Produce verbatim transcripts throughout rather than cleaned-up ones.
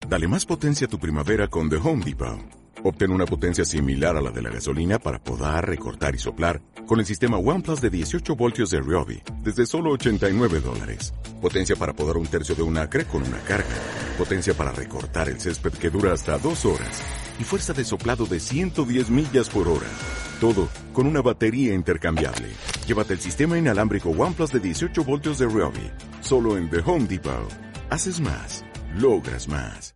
Dale más potencia a tu primavera con The Home Depot. Obtén una potencia similar a la de la gasolina para podar, recortar y soplar con el sistema OnePlus de dieciocho voltios de Ryobi desde solo ochenta y nueve dólares. Potencia para podar un tercio de un acre con una carga. Potencia para recortar el césped que dura hasta dos horas. Y fuerza de soplado de ciento diez millas por hora. Todo con una batería intercambiable. Llévate el sistema inalámbrico OnePlus de dieciocho voltios de Ryobi. Solo en The Home Depot. Haces más. Logras más.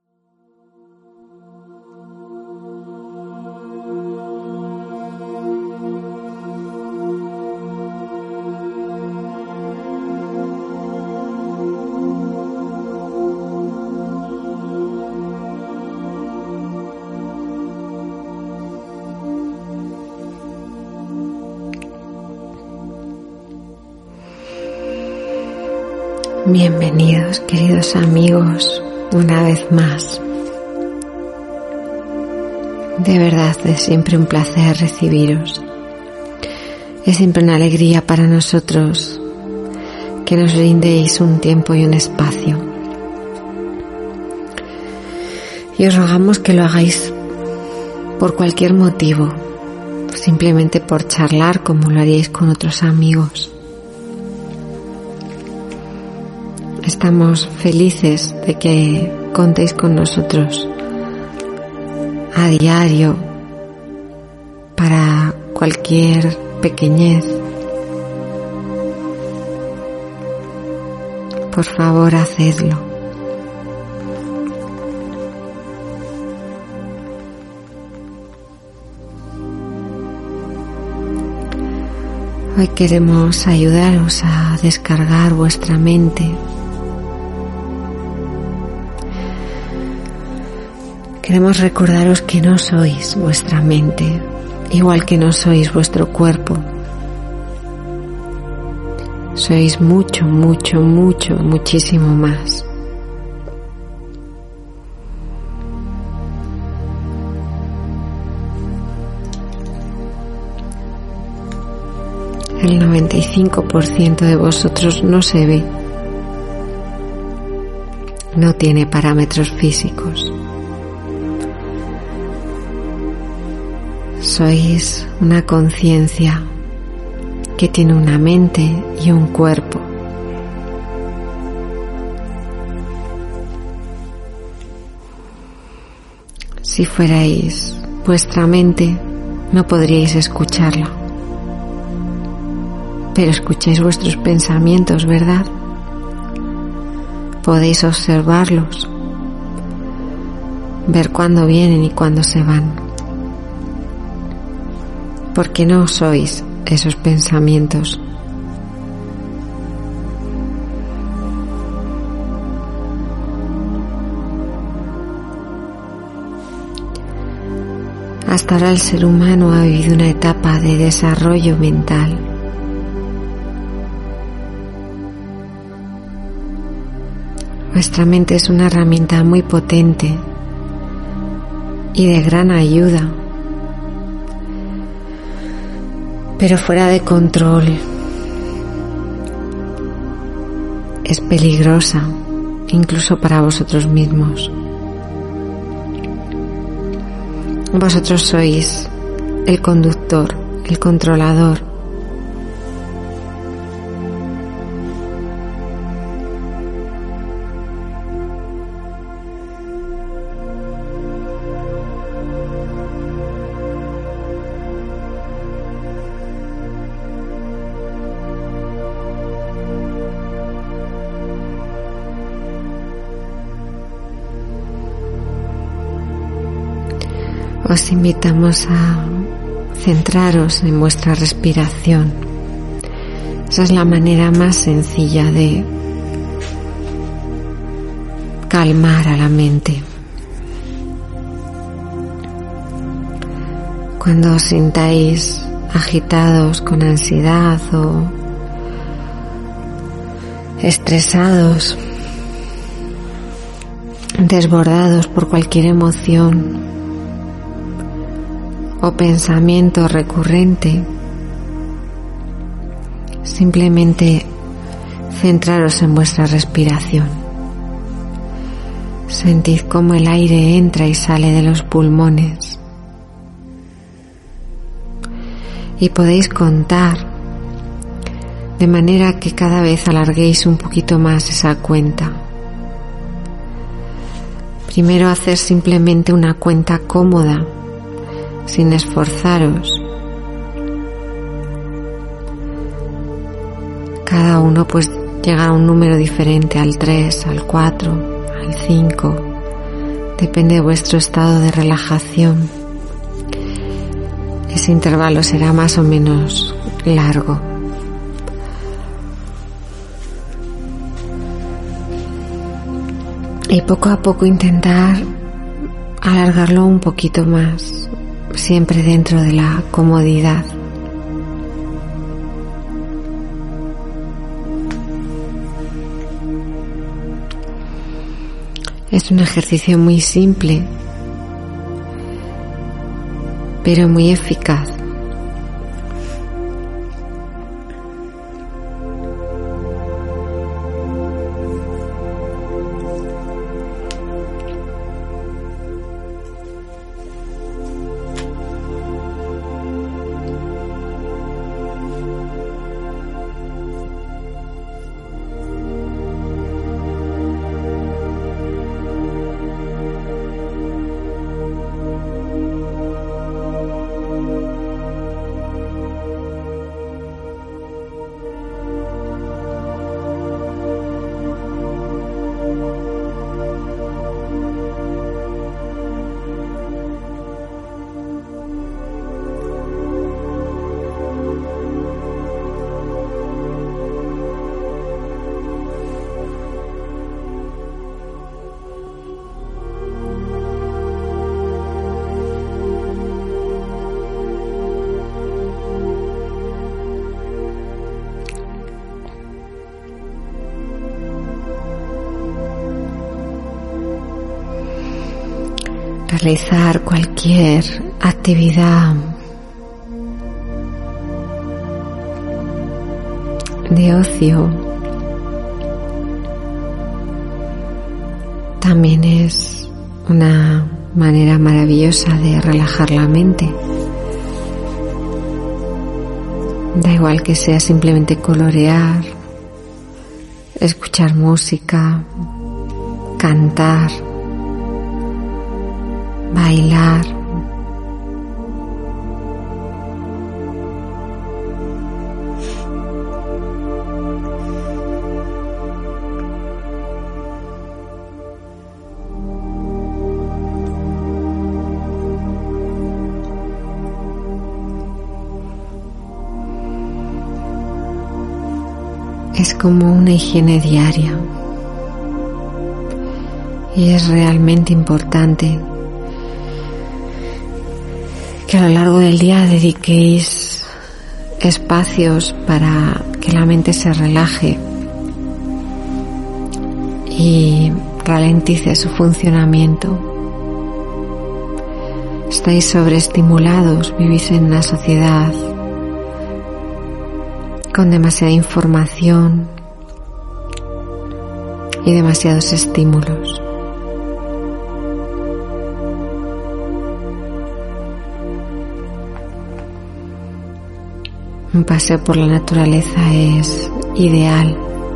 Bienvenidos, queridos amigos, una vez más. De verdad, es siempre un placer recibiros. Es siempre una alegría para nosotros que nos brindéis un tiempo y un espacio. Y os rogamos que lo hagáis por cualquier motivo, simplemente por charlar como lo haríais con otros amigos. Estamos felices de que contéis con nosotros a diario para cualquier pequeñez. Por favor, hacedlo. Hoy queremos ayudaros a descargar vuestra mente. Queremos recordaros que no sois vuestra mente, igual que no sois vuestro cuerpo. Sois mucho, mucho, mucho, muchísimo más. El noventa y cinco por ciento de vosotros no se ve, no tiene parámetros físicos. Sois una conciencia que tiene una mente y un cuerpo. Si fuerais vuestra mente, no podríais escucharla. Pero escucháis vuestros pensamientos, ¿verdad? Podéis observarlos, ver cuándo vienen y cuándo se van. Porque no sois esos pensamientos. Hasta ahora el ser humano ha vivido una etapa de desarrollo mental. Nuestra mente es una herramienta muy potente y de gran ayuda. Pero fuera de control es peligrosa, incluso para vosotros mismos. Vosotros sois el conductor, el controlador. Os invitamos a centraros en vuestra respiración. Esa es la manera más sencilla de calmar a la mente. Cuando os sintáis agitados con ansiedad o estresados, desbordados por cualquier emoción o pensamiento recurrente, simplemente centraros en vuestra respiración. Sentid cómo el aire entra y sale de los pulmones. Y podéis contar de manera que cada vez alarguéis un poquito más esa cuenta. Primero hacer simplemente una cuenta cómoda, sin esforzaros. Cada uno pues llega a un número diferente, al tres, al cuatro, al cinco. Depende de vuestro estado de relajación. Ese intervalo será más o menos largo. Y poco a poco intentar alargarlo un poquito más, siempre dentro de la comodidad. Es un ejercicio muy simple, pero muy eficaz. Realizar cualquier actividad de ocio también es una manera maravillosa de relajar la mente. Da igual que sea simplemente colorear, escuchar música, cantar, bailar. Es como una higiene diaria y es realmente importante que a lo largo del día dediquéis espacios para que la mente se relaje y ralentice su funcionamiento. Estáis sobreestimulados, vivís en una sociedad con demasiada información y demasiados estímulos. Un paseo por la naturaleza es ideal,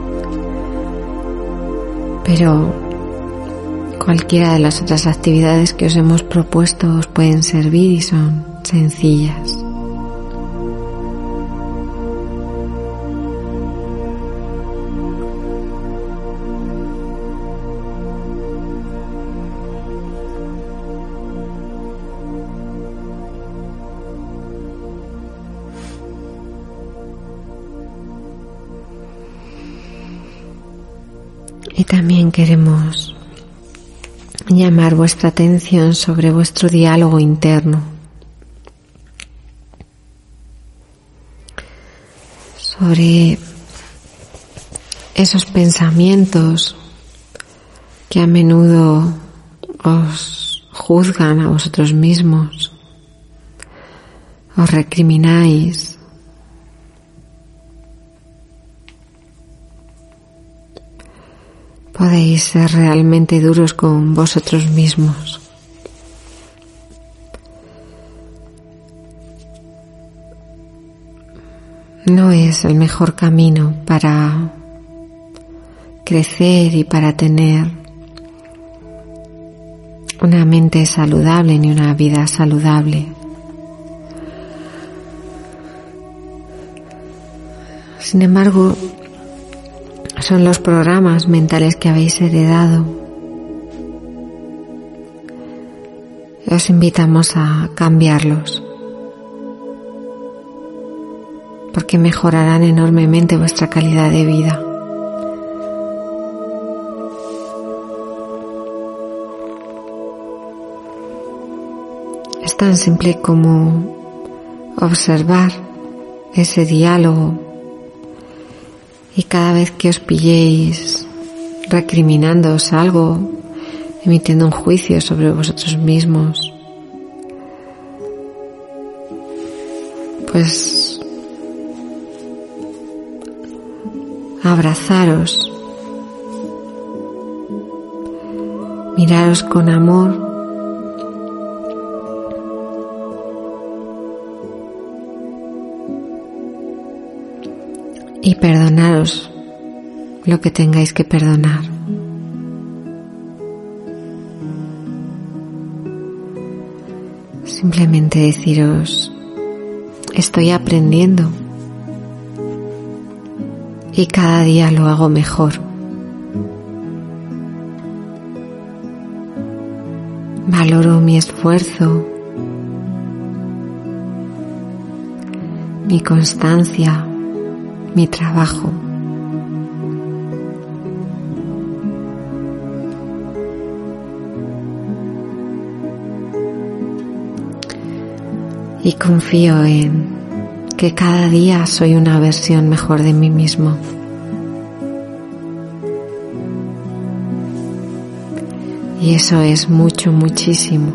pero cualquiera de las otras actividades que os hemos propuesto os pueden servir y son sencillas. Y también queremos llamar vuestra atención sobre vuestro diálogo interno, sobre esos pensamientos que a menudo os juzgan a vosotros mismos, os recrimináis. podéis ser realmente duros con vosotros mismos. No es el mejor camino para crecer y para tener una mente saludable ni una vida saludable. Sin embargo, son los programas mentales que habéis heredado. Os invitamos a cambiarlos, porque mejorarán enormemente vuestra calidad de vida. Es tan simple como observar ese diálogo y cada vez que os pilléis recriminándoos algo, emitiendo un juicio sobre vosotros mismos, pues abrazaros, miraros con amor y perdonaros lo que tengáis que perdonar. Simplemente deciros, estoy aprendiendo y cada día lo hago mejor. Valoro mi esfuerzo, mi constancia, mi trabajo. Y confío en que cada día soy una versión mejor de mí mismo. Y eso es mucho, muchísimo.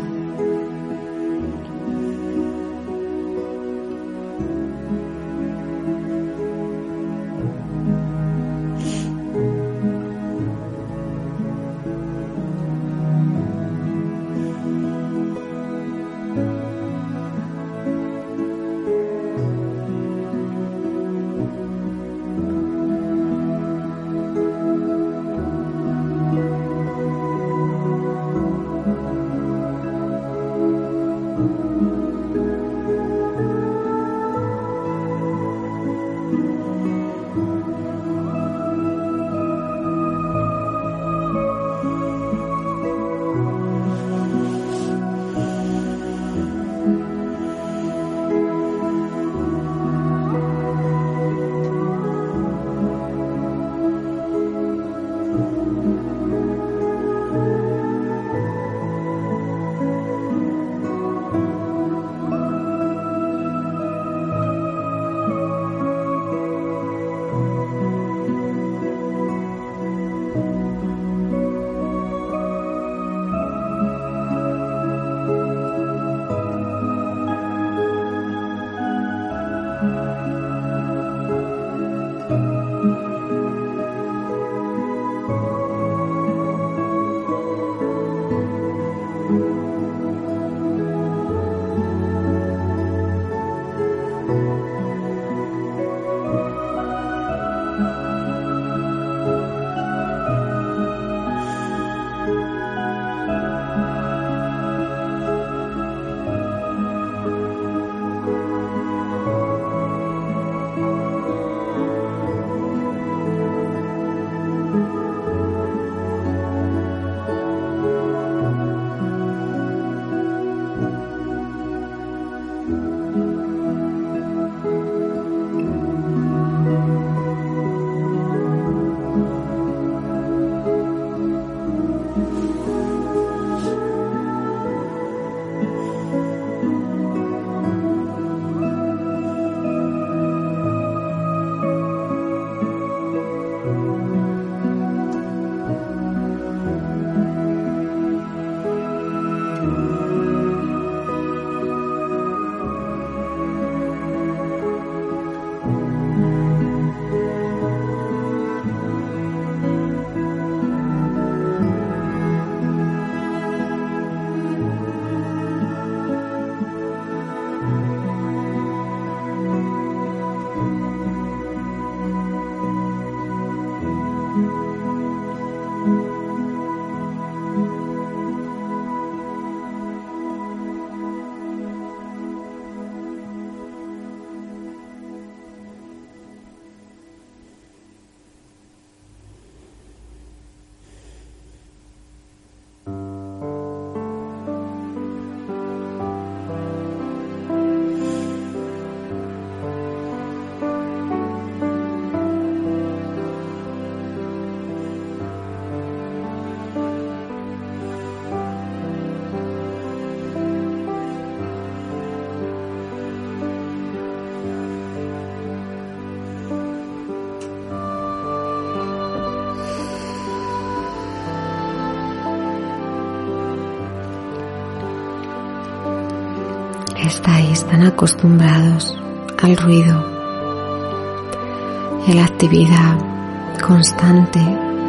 estáis tan acostumbrados al ruido y a la actividad constante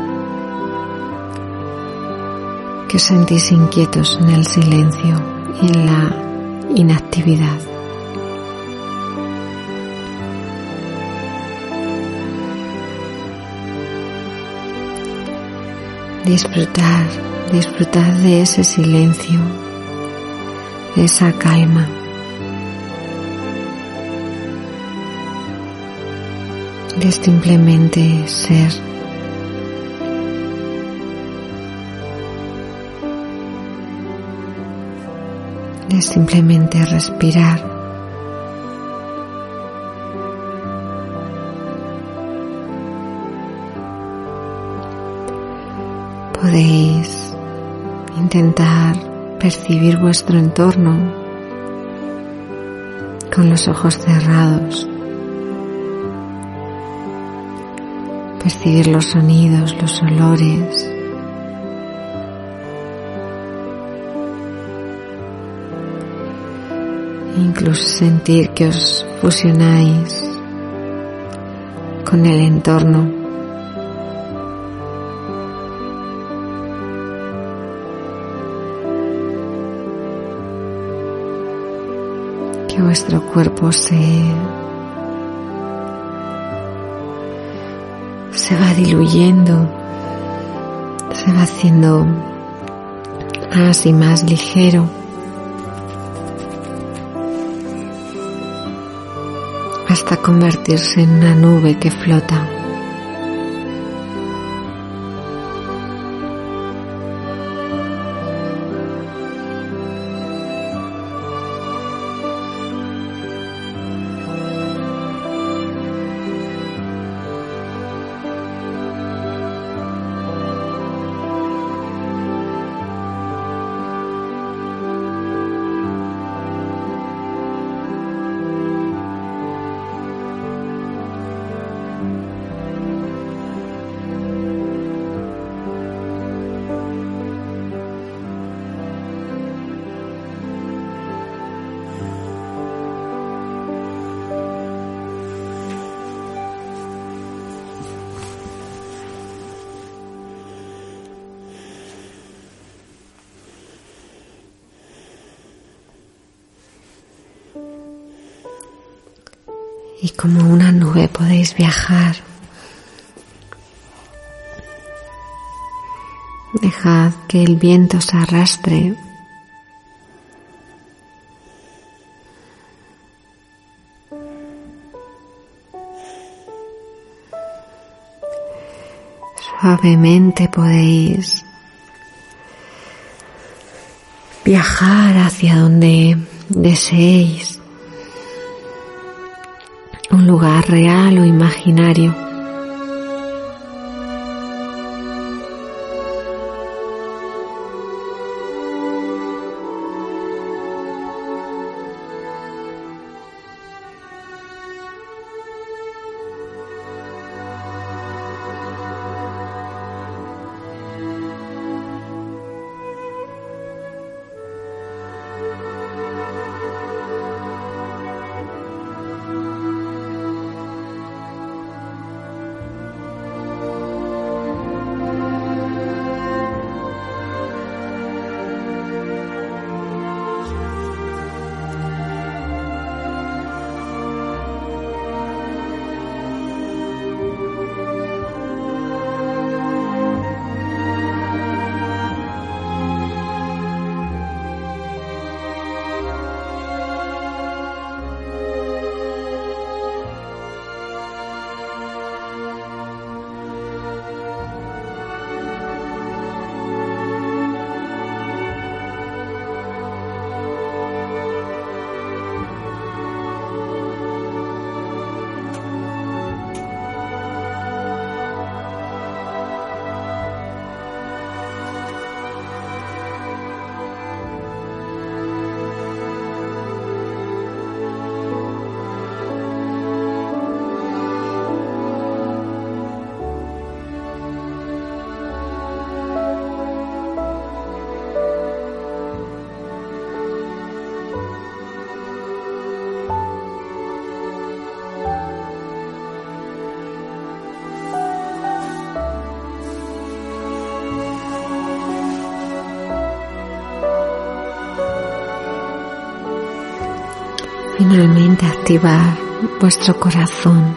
que os sentís inquietos en el silencio y en la inactividad. Disfrutar, disfrutar de ese silencio, de esa calma. De simplemente ser. De simplemente respirar. Podéis intentar percibir vuestro entorno con los ojos cerrados. Percibir los sonidos, los olores. Incluso sentir que os fusionáis con el entorno. Que vuestro cuerpo se, se va diluyendo, se va haciendo más y más ligero. Hasta convertirse en una nube que flota. Y como una nube podéis viajar. Dejad que el viento os arrastre. Suavemente podéis viajar hacia donde deseéis. Un lugar real o imaginario. Finalmente activar vuestro corazón.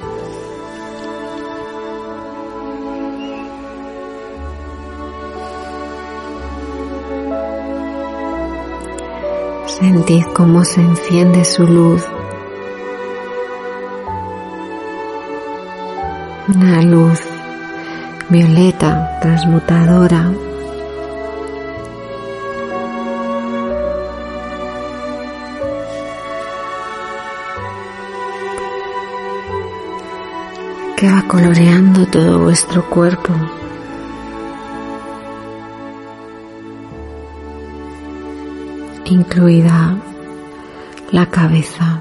Sentid cómo se enciende su luz. Una luz violeta transmutadora. Que va coloreando todo vuestro cuerpo. Incluida la cabeza.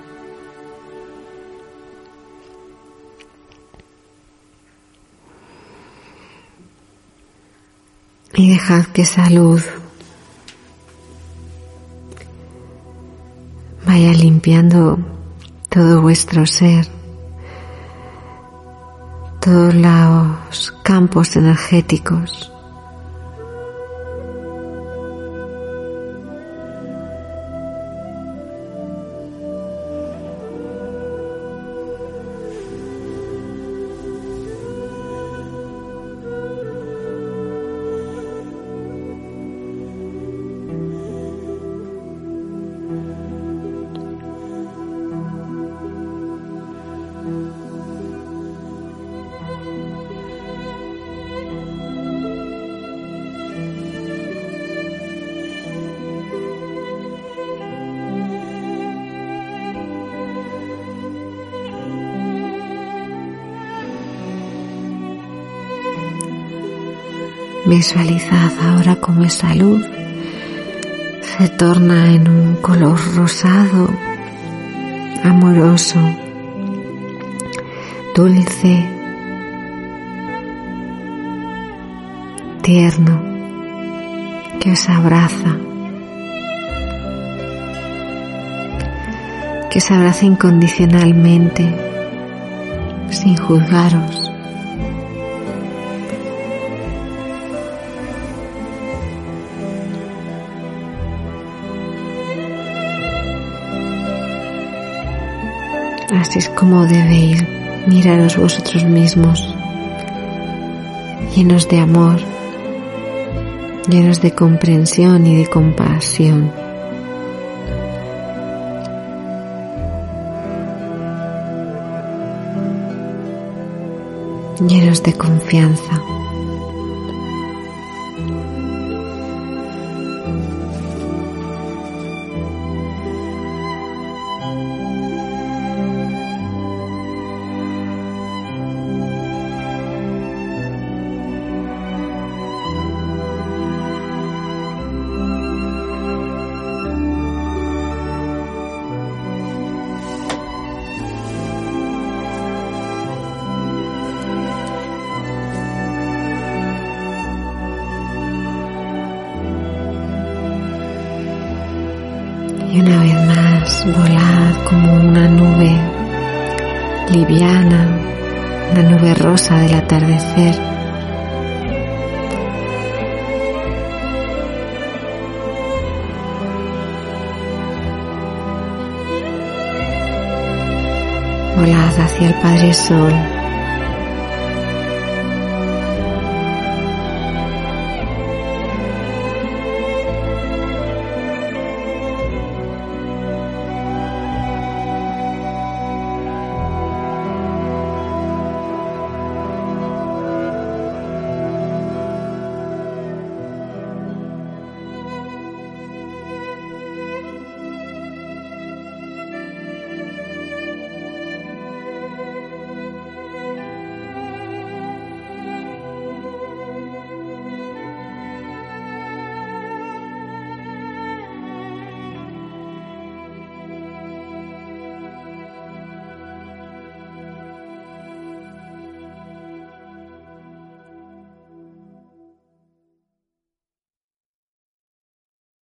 Y dejad que esa luz vaya limpiando todo vuestro ser, todos los campos energéticos. Visualizad ahora cómo esa luz se torna en un color rosado, amoroso, dulce, tierno, que os abraza, que os abraza incondicionalmente, sin juzgaros. Así es como debéis miraros vosotros mismos, llenos de amor, llenos de comprensión y de compasión. Llenos de confianza. Y una vez más volad como una nube liviana, una nube rosa del atardecer. Volad hacia el Padre Sol.